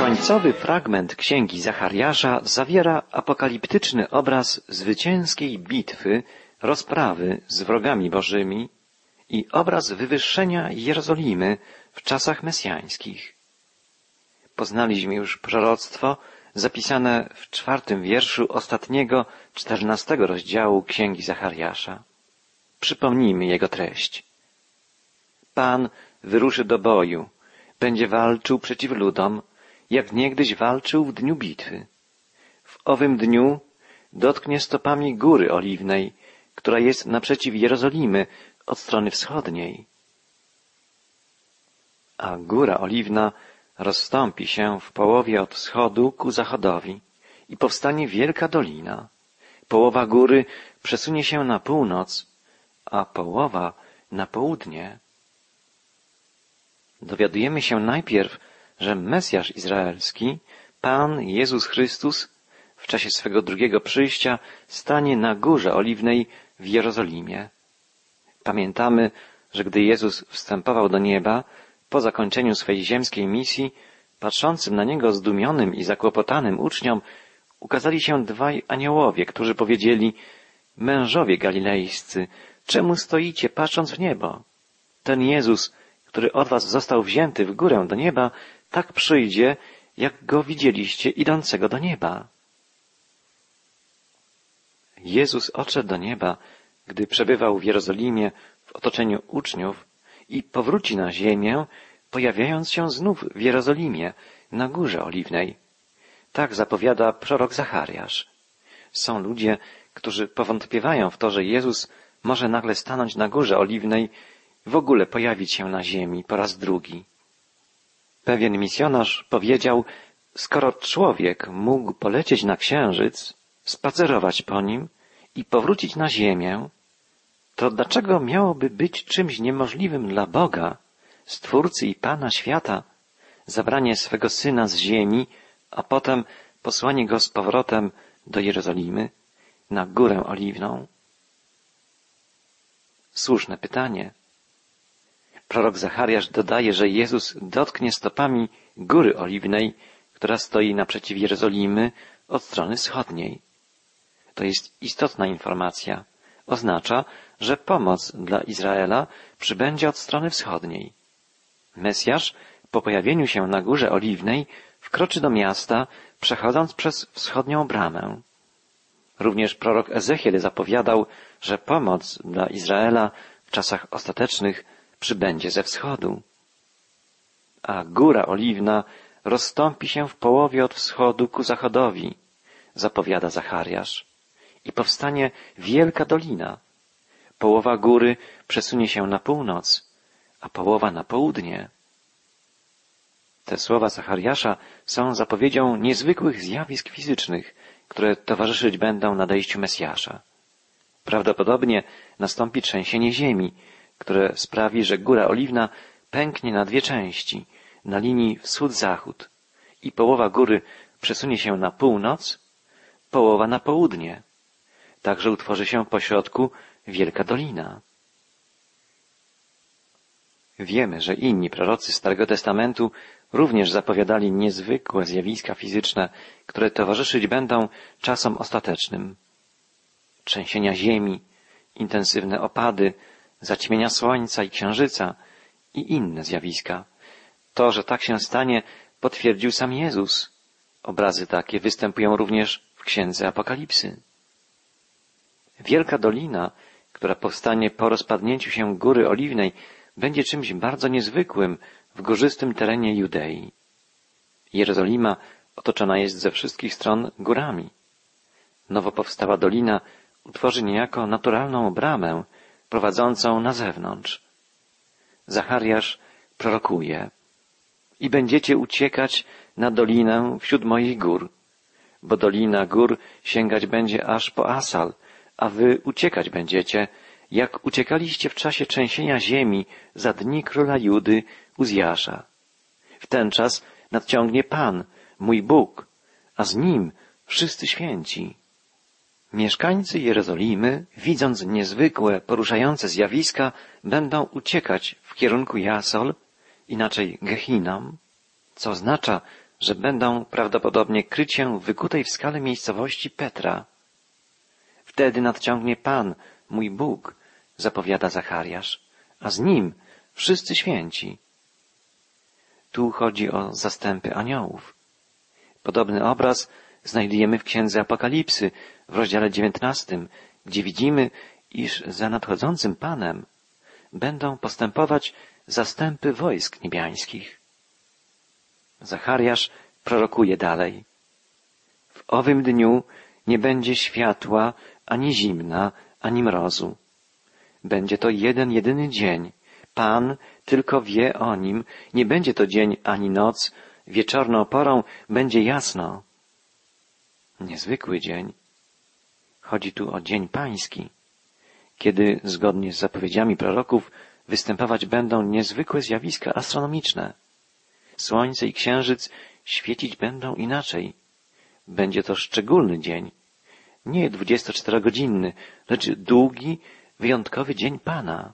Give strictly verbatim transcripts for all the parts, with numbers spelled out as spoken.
Końcowy fragment księgi Zachariasza zawiera apokaliptyczny obraz zwycięskiej bitwy, rozprawy z wrogami bożymi i obraz wywyższenia Jerozolimy w czasach mesjańskich. Poznaliśmy już proroctwo zapisane w czwartym wierszu ostatniego, czternastego rozdziału księgi Zachariasza. Przypomnijmy jego treść. Pan wyruszy do boju, będzie walczył przeciw ludom, jak niegdyś walczył w dniu bitwy. W owym dniu dotknie stopami Góry Oliwnej, która jest naprzeciw Jerozolimy od strony wschodniej. A Góra Oliwna rozstąpi się w połowie od wschodu ku zachodowi i powstanie wielka dolina. Połowa góry przesunie się na północ, a połowa na południe. Dowiadujemy się najpierw, że Mesjasz Izraelski, Pan Jezus Chrystus, w czasie swego drugiego przyjścia stanie na Górze Oliwnej w Jerozolimie. Pamiętamy, że gdy Jezus wstępował do nieba, po zakończeniu swej ziemskiej misji, patrzącym na Niego zdumionym i zakłopotanym uczniom, ukazali się dwaj aniołowie, którzy powiedzieli: mężowie galilejscy, czemu stoicie, patrząc w niebo? Ten Jezus, który od was został wzięty w górę do nieba, tak przyjdzie, jak Go widzieliście idącego do nieba. Jezus odszedł do nieba, gdy przebywał w Jerozolimie w otoczeniu uczniów i powróci na ziemię, pojawiając się znów w Jerozolimie, na Górze Oliwnej. Tak zapowiada prorok Zachariasz. Są ludzie, którzy powątpiewają w to, że Jezus może nagle stanąć na Górze Oliwnej, w ogóle pojawić się na ziemi po raz drugi. Pewien misjonarz powiedział: skoro człowiek mógł polecieć na księżyc, spacerować po nim i powrócić na ziemię, to dlaczego miałoby być czymś niemożliwym dla Boga, Stwórcy i Pana świata, zabranie swego Syna z ziemi, a potem posłanie Go z powrotem do Jerozolimy, na Górę Oliwną? Słuszne pytanie. Prorok Zachariasz dodaje, że Jezus dotknie stopami Góry Oliwnej, która stoi naprzeciw Jerozolimy od strony wschodniej. To jest istotna informacja. Oznacza, że pomoc dla Izraela przybędzie od strony wschodniej. Mesjasz, po pojawieniu się na Górze Oliwnej, wkroczy do miasta, przechodząc przez wschodnią bramę. Również prorok Ezechiel zapowiadał, że pomoc dla Izraela w czasach ostatecznych przybędzie ze wschodu. A Góra Oliwna rozstąpi się w połowie od wschodu ku zachodowi, zapowiada Zachariasz, i powstanie wielka dolina. Połowa góry przesunie się na północ, a połowa na południe. Te słowa Zachariasza są zapowiedzią niezwykłych zjawisk fizycznych, które towarzyszyć będą nadejściu Mesjasza. Prawdopodobnie nastąpi trzęsienie ziemi, które sprawi, że Góra Oliwna pęknie na dwie części, na linii wschód-zachód, i połowa góry przesunie się na północ, połowa na południe. Także utworzy się pośrodku wielka dolina. Wiemy, że inni prorocy Starego Testamentu również zapowiadali niezwykłe zjawiska fizyczne, które towarzyszyć będą czasom ostatecznym. Trzęsienia ziemi, intensywne opady, zaćmienia słońca i księżyca i inne zjawiska. To, że tak się stanie, potwierdził sam Jezus. Obrazy takie występują również w Księdze Apokalipsy. Wielka dolina, która powstanie po rozpadnięciu się Góry Oliwnej, będzie czymś bardzo niezwykłym w górzystym terenie Judei. Jerozolima otoczona jest ze wszystkich stron górami. Nowo powstała dolina utworzy niejako naturalną bramę prowadzącą na zewnątrz. Zachariasz prorokuje: i będziecie uciekać na dolinę wśród moich gór, bo dolina gór sięgać będzie aż po Asal, a wy uciekać będziecie, jak uciekaliście w czasie trzęsienia ziemi za dni króla Judy Uzjasza. W ten czas nadciągnie Pan, mój Bóg, a z Nim wszyscy święci. Mieszkańcy Jerozolimy, widząc niezwykłe, poruszające zjawiska, będą uciekać w kierunku Jasol, inaczej Gehinnom, co oznacza, że będą prawdopodobnie kryć się w wykutej w skale miejscowości Petra. Wtedy nadciągnie Pan, mój Bóg, zapowiada Zachariasz, a z Nim wszyscy święci. Tu chodzi o zastępy aniołów. Podobny obraz znajdujemy w Księdze Apokalipsy w rozdziale dziewiętnastym, gdzie widzimy, iż za nadchodzącym Panem będą postępować zastępy wojsk niebiańskich. Zachariasz prorokuje dalej. W owym dniu nie będzie światła, ani zimna, ani mrozu. Będzie to jeden jedyny dzień. Pan tylko wie o nim. Nie będzie to dzień ani noc. Wieczorną porą będzie jasno. Niezwykły dzień. Chodzi tu o dzień pański, kiedy, zgodnie z zapowiedziami proroków, występować będą niezwykłe zjawiska astronomiczne. Słońce i księżyc świecić będą inaczej. Będzie to szczególny dzień. Nie dwudziestoczterogodzinny, lecz długi, wyjątkowy dzień Pana.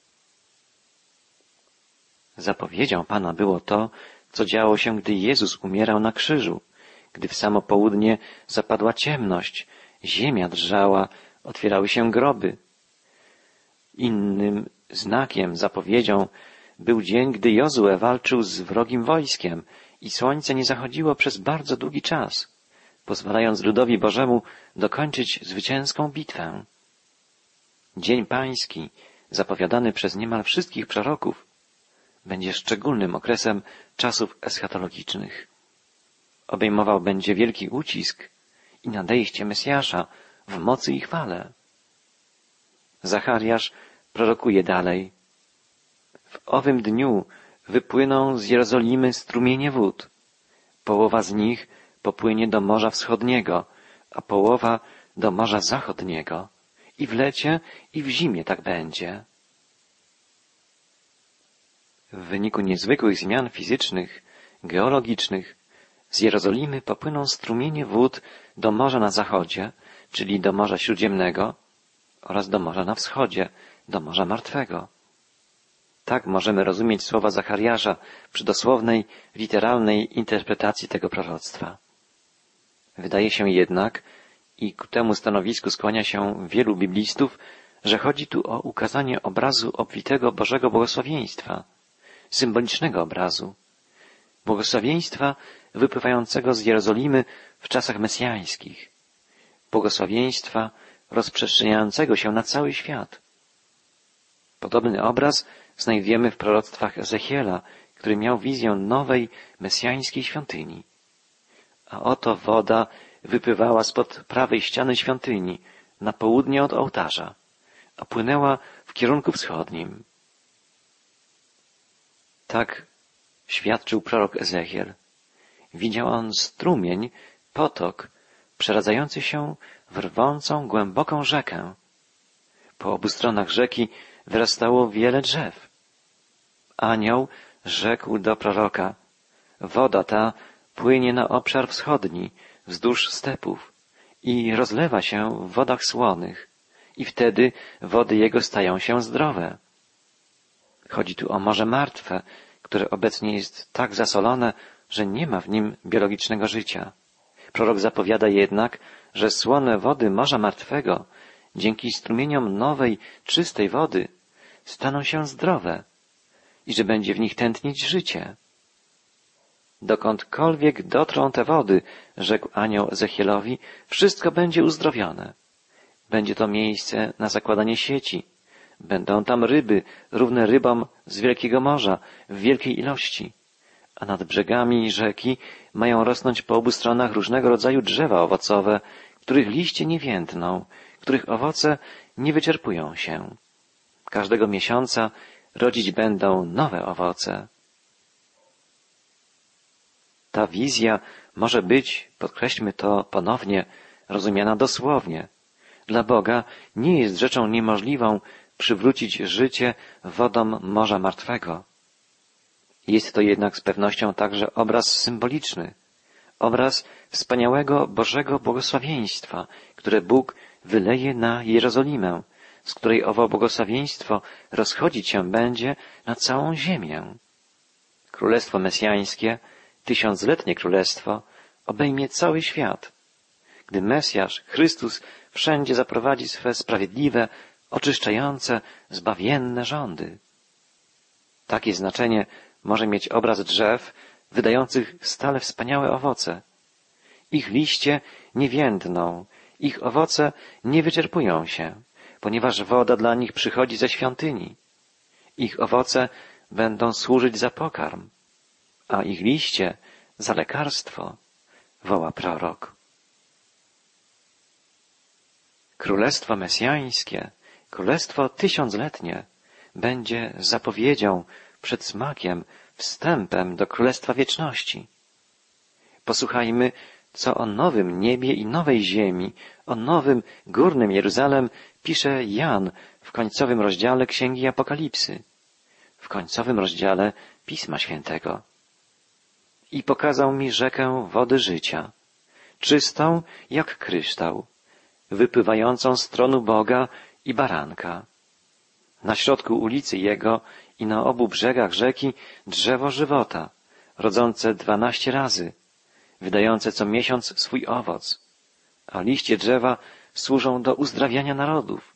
Zapowiedzią Pana było to, co działo się, gdy Jezus umierał na krzyżu, gdy w samo południe zapadła ciemność, ziemia drżała, otwierały się groby. Innym znakiem, zapowiedzią był dzień, gdy Jozue walczył z wrogim wojskiem i słońce nie zachodziło przez bardzo długi czas, pozwalając ludowi Bożemu dokończyć zwycięską bitwę. Dzień Pański, zapowiadany przez niemal wszystkich proroków, będzie szczególnym okresem czasów eschatologicznych. Obejmował będzie wielki ucisk i nadejście Mesjasza w mocy i chwale. Zachariasz prorokuje dalej. W owym dniu wypłyną z Jerozolimy strumienie wód. Połowa z nich popłynie do Morza Wschodniego, a połowa do Morza Zachodniego. I w lecie, i w zimie tak będzie. W wyniku niezwykłych zmian fizycznych, geologicznych, z Jerozolimy popłyną strumienie wód do morza na zachodzie, czyli do Morza Śródziemnego, oraz do morza na wschodzie, do Morza Martwego. Tak możemy rozumieć słowa Zachariasza przy dosłownej, literalnej interpretacji tego proroctwa. Wydaje się jednak, i ku temu stanowisku skłania się wielu biblistów, że chodzi tu o ukazanie obrazu obfitego Bożego błogosławieństwa, symbolicznego obrazu, błogosławieństwa wypływającego z Jerozolimy w czasach mesjańskich, błogosławieństwa rozprzestrzeniającego się na cały świat. Podobny obraz znajdujemy w proroctwach Ezechiela, który miał wizję nowej, mesjańskiej świątyni. A oto woda wypływała spod prawej ściany świątyni, na południe od ołtarza, a płynęła w kierunku wschodnim. Tak świadczył prorok Ezechiel. Widział on strumień, potok, przeradzający się w rwącą, głęboką rzekę. Po obu stronach rzeki wyrastało wiele drzew. Anioł rzekł do proroka, woda ta płynie na obszar wschodni, wzdłuż stepów i rozlewa się w wodach słonych i wtedy wody jego stają się zdrowe. Chodzi tu o Morze Martwe, które obecnie jest tak zasolone, że nie ma w nim biologicznego życia. Prorok zapowiada jednak, że słone wody Morza Martwego dzięki strumieniom nowej, czystej wody staną się zdrowe i że będzie w nich tętnić życie. Dokądkolwiek dotrą te wody, rzekł anioł Ezechielowi, wszystko będzie uzdrowione. Będzie to miejsce na zakładanie sieci. Będą tam ryby, równe rybom z wielkiego morza, w wielkiej ilości. A nad brzegami rzeki mają rosnąć po obu stronach różnego rodzaju drzewa owocowe, których liście nie więdną, których owoce nie wyczerpują się. Każdego miesiąca rodzić będą nowe owoce. Ta wizja może być, podkreślmy to ponownie, rozumiana dosłownie. Dla Boga nie jest rzeczą niemożliwą przywrócić życie wodom Morza Martwego. Jest to jednak z pewnością także obraz symboliczny, obraz wspaniałego Bożego błogosławieństwa, które Bóg wyleje na Jerozolimę, z której owo błogosławieństwo rozchodzić się będzie na całą ziemię. Królestwo Mesjańskie Tysiącletnie królestwo obejmie cały świat, gdy Mesjasz, Chrystus, wszędzie zaprowadzi swe sprawiedliwe, oczyszczające, zbawienne rządy. Takie znaczenie może mieć obraz drzew wydających stale wspaniałe owoce. Ich liście nie więdną, ich owoce nie wyczerpują się, ponieważ woda dla nich przychodzi ze świątyni. Ich owoce będą służyć za pokarm, a ich liście za lekarstwo, woła prorok. Królestwo mesjańskie, królestwo tysiącletnie będzie zapowiedzią, przedsmakiem, wstępem do królestwa wieczności. Posłuchajmy, co o nowym niebie i nowej ziemi, o nowym górnym Jeruzalem pisze Jan w końcowym rozdziale Księgi Apokalipsy, w końcowym rozdziale Pisma Świętego. I pokazał mi rzekę wody życia, czystą jak kryształ, wypływającą z tronu Boga i Baranka. Na środku ulicy Jego i na obu brzegach rzeki drzewo żywota, rodzące dwanaście razy, wydające co miesiąc swój owoc, a liście drzewa służą do uzdrawiania narodów.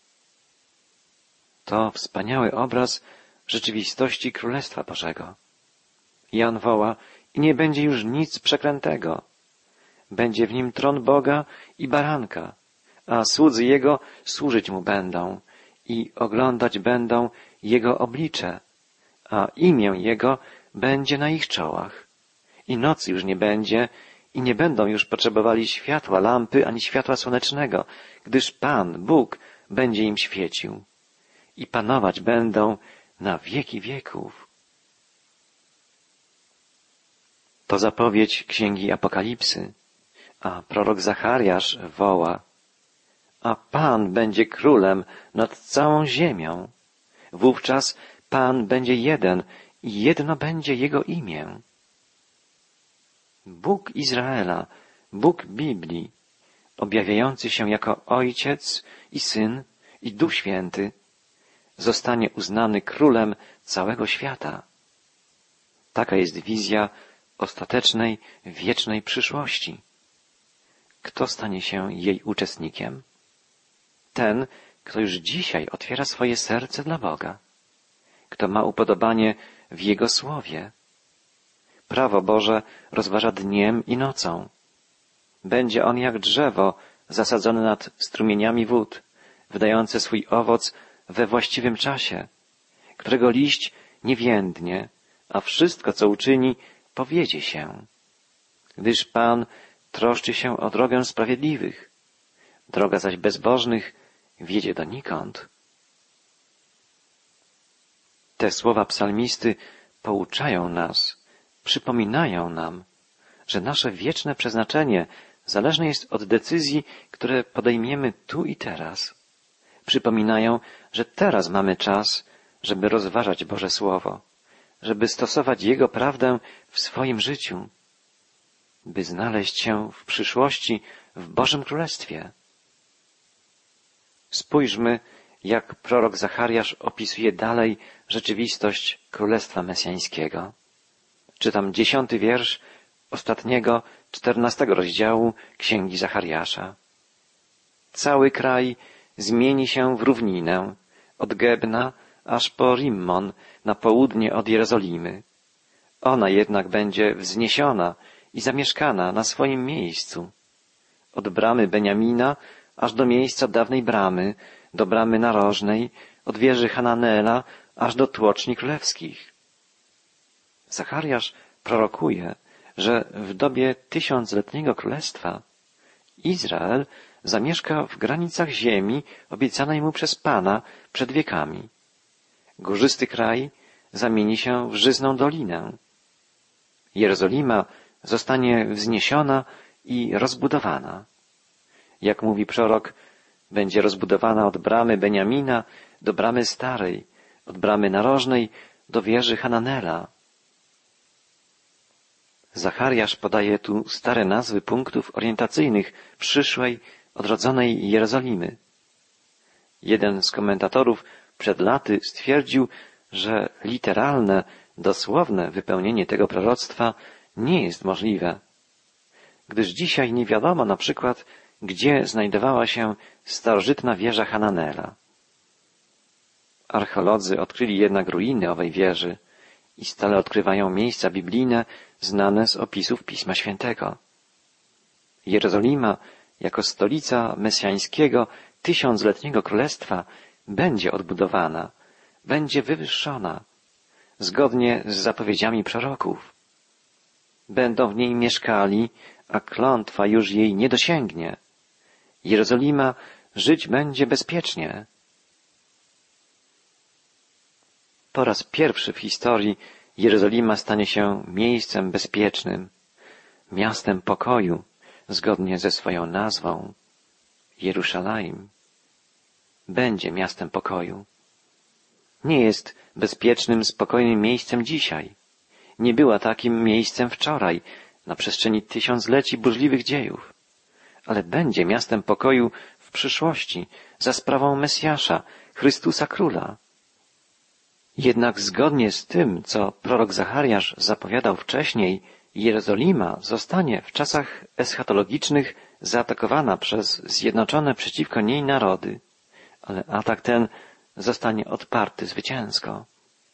To wspaniały obraz rzeczywistości Królestwa Bożego. Jan woła, i nie będzie już nic przeklętego. Będzie w nim tron Boga i Baranka, a słudzy Jego służyć Mu będą i oglądać będą Jego oblicze, a imię Jego będzie na ich czołach. I nocy już nie będzie i nie będą już potrzebowali światła lampy ani światła słonecznego, gdyż Pan, Bóg, będzie im świecił. I panować będą na wieki wieków. To zapowiedź Księgi Apokalipsy, a prorok Zachariasz woła, a Pan będzie królem nad całą ziemią. Wówczas Pan będzie jeden i jedno będzie Jego imię. Bóg Izraela, Bóg Biblii, objawiający się jako Ojciec i Syn i Duch Święty, zostanie uznany królem całego świata. Taka jest wizja ostatecznej, wiecznej przyszłości. Kto stanie się jej uczestnikiem? Ten, kto już dzisiaj otwiera swoje serce dla Boga, kto ma upodobanie w Jego Słowie. Prawo Boże rozważa dniem i nocą. Będzie on jak drzewo zasadzone nad strumieniami wód, wydające swój owoc we właściwym czasie, którego liść nie więdnie, a wszystko, co uczyni, powiedzie się. Gdyż Pan troszczy się o drogę sprawiedliwych, droga zaś bezbożnych wiedzie donikąd. Te słowa psalmisty pouczają nas, przypominają nam, że nasze wieczne przeznaczenie zależne jest od decyzji, które podejmiemy tu i teraz. Przypominają, że teraz mamy czas, żeby rozważać Boże Słowo, żeby stosować Jego prawdę w swoim życiu, by znaleźć się w przyszłości w Bożym Królestwie. Spójrzmy, jak prorok Zachariasz opisuje dalej rzeczywistość Królestwa Mesjańskiego. Czytam dziesiąty wiersz ostatniego, czternastego rozdziału Księgi Zachariasza. Cały kraj zmieni się w równinę, od Gebna aż po Rimmon, na południe od Jerozolimy. Ona jednak będzie wzniesiona i zamieszkana na swoim miejscu. Od bramy Beniamina aż do miejsca dawnej bramy, do bramy narożnej, od wieży Hananeela aż do tłoczni królewskich. Zachariasz prorokuje, że w dobie tysiącletniego królestwa Izrael zamieszka w granicach ziemi obiecanej mu przez Pana przed wiekami. Górzysty kraj zamieni się w żyzną dolinę. Jerozolima zostanie wzniesiona i rozbudowana. Jak mówi prorok, będzie rozbudowana od bramy Beniamina do bramy starej, od bramy narożnej do wieży Hananeela. Zachariasz podaje tu stare nazwy punktów orientacyjnych przyszłej, odrodzonej Jerozolimy. Jeden z komentatorów przed laty stwierdził, że literalne, dosłowne wypełnienie tego proroctwa nie jest możliwe, gdyż dzisiaj nie wiadomo na przykład, gdzie znajdowała się starożytna wieża Hananela. Archeolodzy odkryli jednak ruiny owej wieży i stale odkrywają miejsca biblijne znane z opisów Pisma Świętego. Jerozolima jako stolica mesjańskiego tysiącletniego królestwa będzie odbudowana, będzie wywyższona, zgodnie z zapowiedziami proroków. Będą w niej mieszkali, a klątwa już jej nie dosięgnie. Jerozolima żyć będzie bezpiecznie. Po raz pierwszy w historii Jerozolima stanie się miejscem bezpiecznym, miastem pokoju, zgodnie ze swoją nazwą, Jeruszalaim. Będzie miastem pokoju. Nie jest bezpiecznym, spokojnym miejscem dzisiaj. Nie była takim miejscem wczoraj, na przestrzeni tysiącleci burzliwych dziejów. Ale będzie miastem pokoju w przyszłości, za sprawą Mesjasza, Chrystusa Króla. Jednak zgodnie z tym, co prorok Zachariasz zapowiadał wcześniej, Jerozolima zostanie w czasach eschatologicznych zaatakowana przez zjednoczone przeciwko niej narody, ale atak ten zostanie odparty zwycięsko.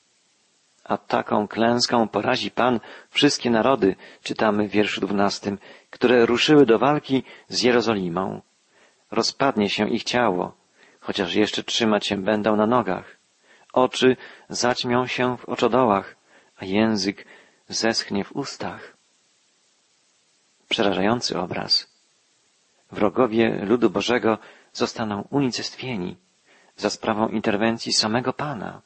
A taką klęską porazi Pan wszystkie narody, czytamy w wierszu dwunastym, które ruszyły do walki z Jerozolimą. Rozpadnie się ich ciało, chociaż jeszcze trzymać się będą na nogach. Oczy zaćmią się w oczodołach, a język zeschnie w ustach. Przerażający obraz. Wrogowie ludu Bożego zostaną unicestwieni za sprawą interwencji samego Pana.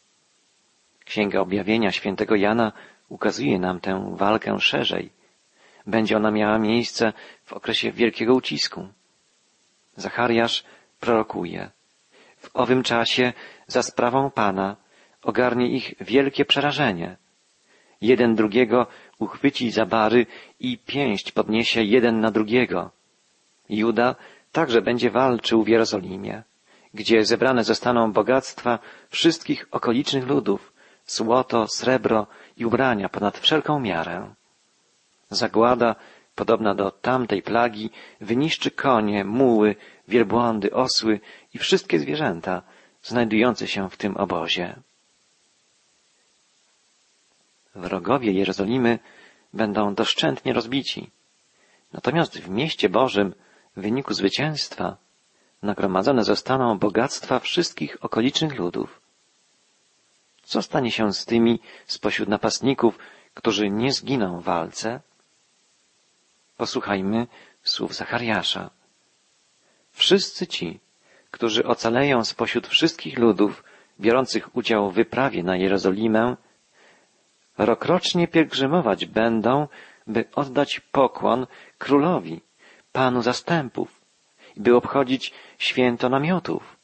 Księga Objawienia świętego Jana ukazuje nam tę walkę szerzej. Będzie ona miała miejsce w okresie wielkiego ucisku. Zachariasz prorokuje. W owym czasie za sprawą Pana ogarnie ich wielkie przerażenie. Jeden drugiego uchwyci za bary i pięść podniesie jeden na drugiego. Juda także będzie walczył w Jerozolimie, gdzie zebrane zostaną bogactwa wszystkich okolicznych ludów, złoto, srebro i ubrania ponad wszelką miarę. Zagłada, podobna do tamtej plagi, wyniszczy konie, muły, wielbłądy, osły i wszystkie zwierzęta znajdujące się w tym obozie. Wrogowie Jerozolimy będą doszczętnie rozbici. Natomiast w mieście Bożym w wyniku zwycięstwa nagromadzone zostaną bogactwa wszystkich okolicznych ludów. Co stanie się z tymi spośród napastników, którzy nie zginą w walce? Posłuchajmy słów Zachariasza. Wszyscy ci, którzy ocaleją spośród wszystkich ludów biorących udział w wyprawie na Jerozolimę, rokrocznie pielgrzymować będą, by oddać pokłon królowi, Panu zastępów, i by obchodzić święto namiotów.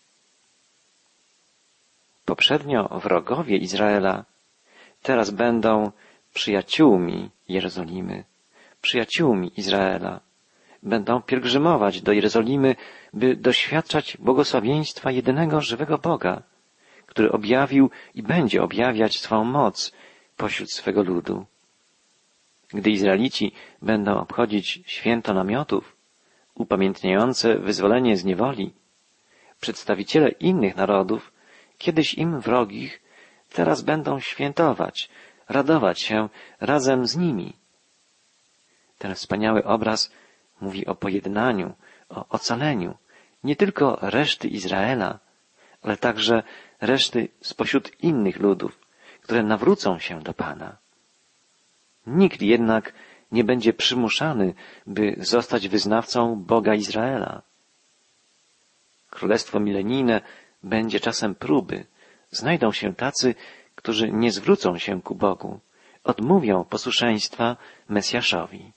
Poprzednio wrogowie Izraela teraz będą przyjaciółmi Jerozolimy, przyjaciółmi Izraela. Będą pielgrzymować do Jerozolimy, by doświadczać błogosławieństwa jedynego żywego Boga, który objawił i będzie objawiać swą moc pośród swego ludu. Gdy Izraelici będą obchodzić święto namiotów, upamiętniające wyzwolenie z niewoli, przedstawiciele innych narodów, kiedyś im wrogich, teraz będą świętować, radować się razem z nimi. Ten wspaniały obraz mówi o pojednaniu, o ocaleniu nie tylko reszty Izraela, ale także reszty spośród innych ludów, które nawrócą się do Pana. Nikt jednak nie będzie przymuszany, by zostać wyznawcą Boga Izraela. Królestwo milenijne będzie czasem próby. Znajdą się tacy, którzy nie zwrócą się ku Bogu, odmówią posłuszeństwa Mesjaszowi.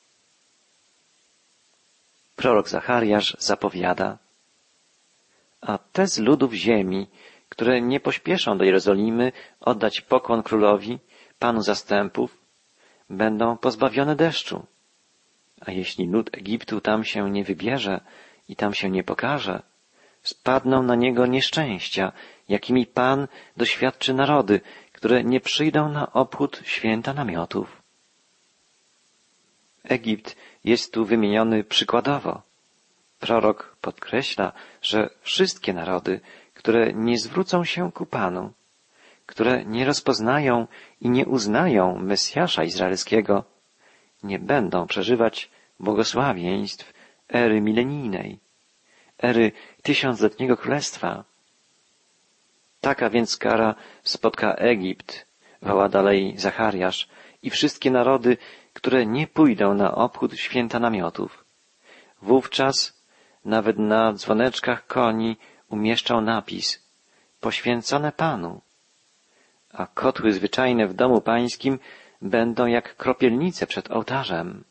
Prorok Zachariasz zapowiada: a te z ludów ziemi, które nie pośpieszą do Jerozolimy oddać pokłon królowi, Panu zastępów, będą pozbawione deszczu. A jeśli lud Egiptu tam się nie wybierze i tam się nie pokaże, spadną na niego nieszczęścia, jakimi Pan doświadczy narody, które nie przyjdą na obchód święta namiotów. Egipt jest tu wymieniony przykładowo. Prorok podkreśla, że wszystkie narody, które nie zwrócą się ku Panu, które nie rozpoznają i nie uznają Mesjasza Izraelskiego, nie będą przeżywać błogosławieństw ery milenijnej, ery tysiącletniego królestwa. Taka więc kara spotka Egipt, woła dalej Zachariasz, i wszystkie narody, które nie pójdą na obchód święta namiotów. Wówczas nawet na dzwoneczkach koni umieszczał napis poświęcone Panu, a kotły zwyczajne w domu pańskim będą jak kropielnice przed ołtarzem.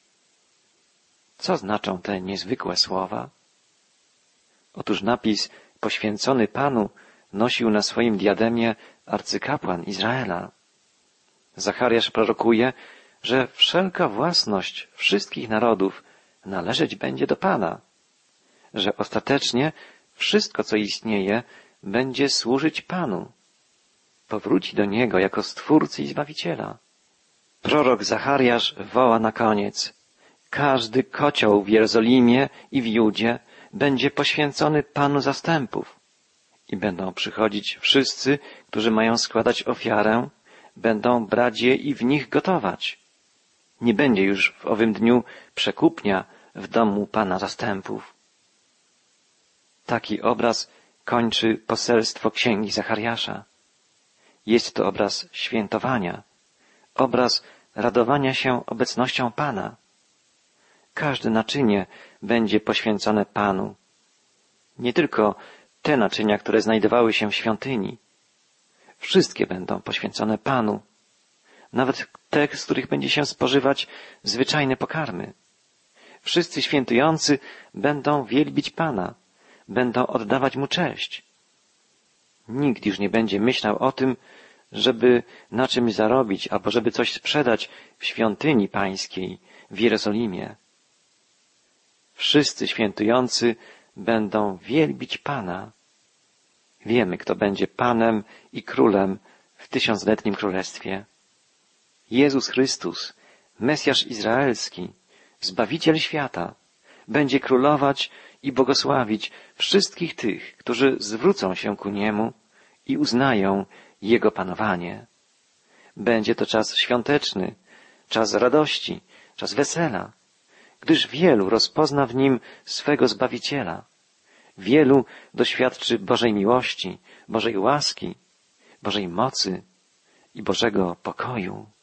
Co znaczą te niezwykłe słowa? Otóż napis poświęcony Panu nosił na swoim diademie arcykapłan Izraela. Zachariasz prorokuje, że wszelka własność wszystkich narodów należeć będzie do Pana, że ostatecznie wszystko, co istnieje, będzie służyć Panu, powróci do Niego jako Stwórcy i Zbawiciela. Prorok Zachariasz woła na koniec: każdy kocioł w Jerozolimie i w Judzie będzie poświęcony Panu zastępów i będą przychodzić wszyscy, którzy mają składać ofiarę, będą brać je i w nich gotować. Nie będzie już w owym dniu przekupnia w domu Pana zastępów. Taki obraz kończy poselstwo Księgi Zachariasza. Jest to obraz świętowania, obraz radowania się obecnością Pana. Każde naczynie będzie poświęcone Panu. Nie tylko te naczynia, które znajdowały się w świątyni. Wszystkie będą poświęcone Panu. Nawet te, z których będzie się spożywać zwyczajne pokarmy. Wszyscy świętujący będą wielbić Pana, będą oddawać Mu cześć. Nikt już nie będzie myślał o tym, żeby na czymś zarobić albo żeby coś sprzedać w świątyni pańskiej w Jerozolimie. Wszyscy świętujący będą wielbić Pana. Wiemy, kto będzie Panem i Królem w tysiącletnim królestwie. Jezus Chrystus, Mesjasz Izraelski, Zbawiciel świata, będzie królować i błogosławić wszystkich tych, którzy zwrócą się ku Niemu i uznają Jego panowanie. Będzie to czas świąteczny, czas radości, czas wesela, gdyż wielu rozpozna w Nim swego Zbawiciela. Wielu doświadczy Bożej miłości, Bożej łaski, Bożej mocy i Bożego pokoju.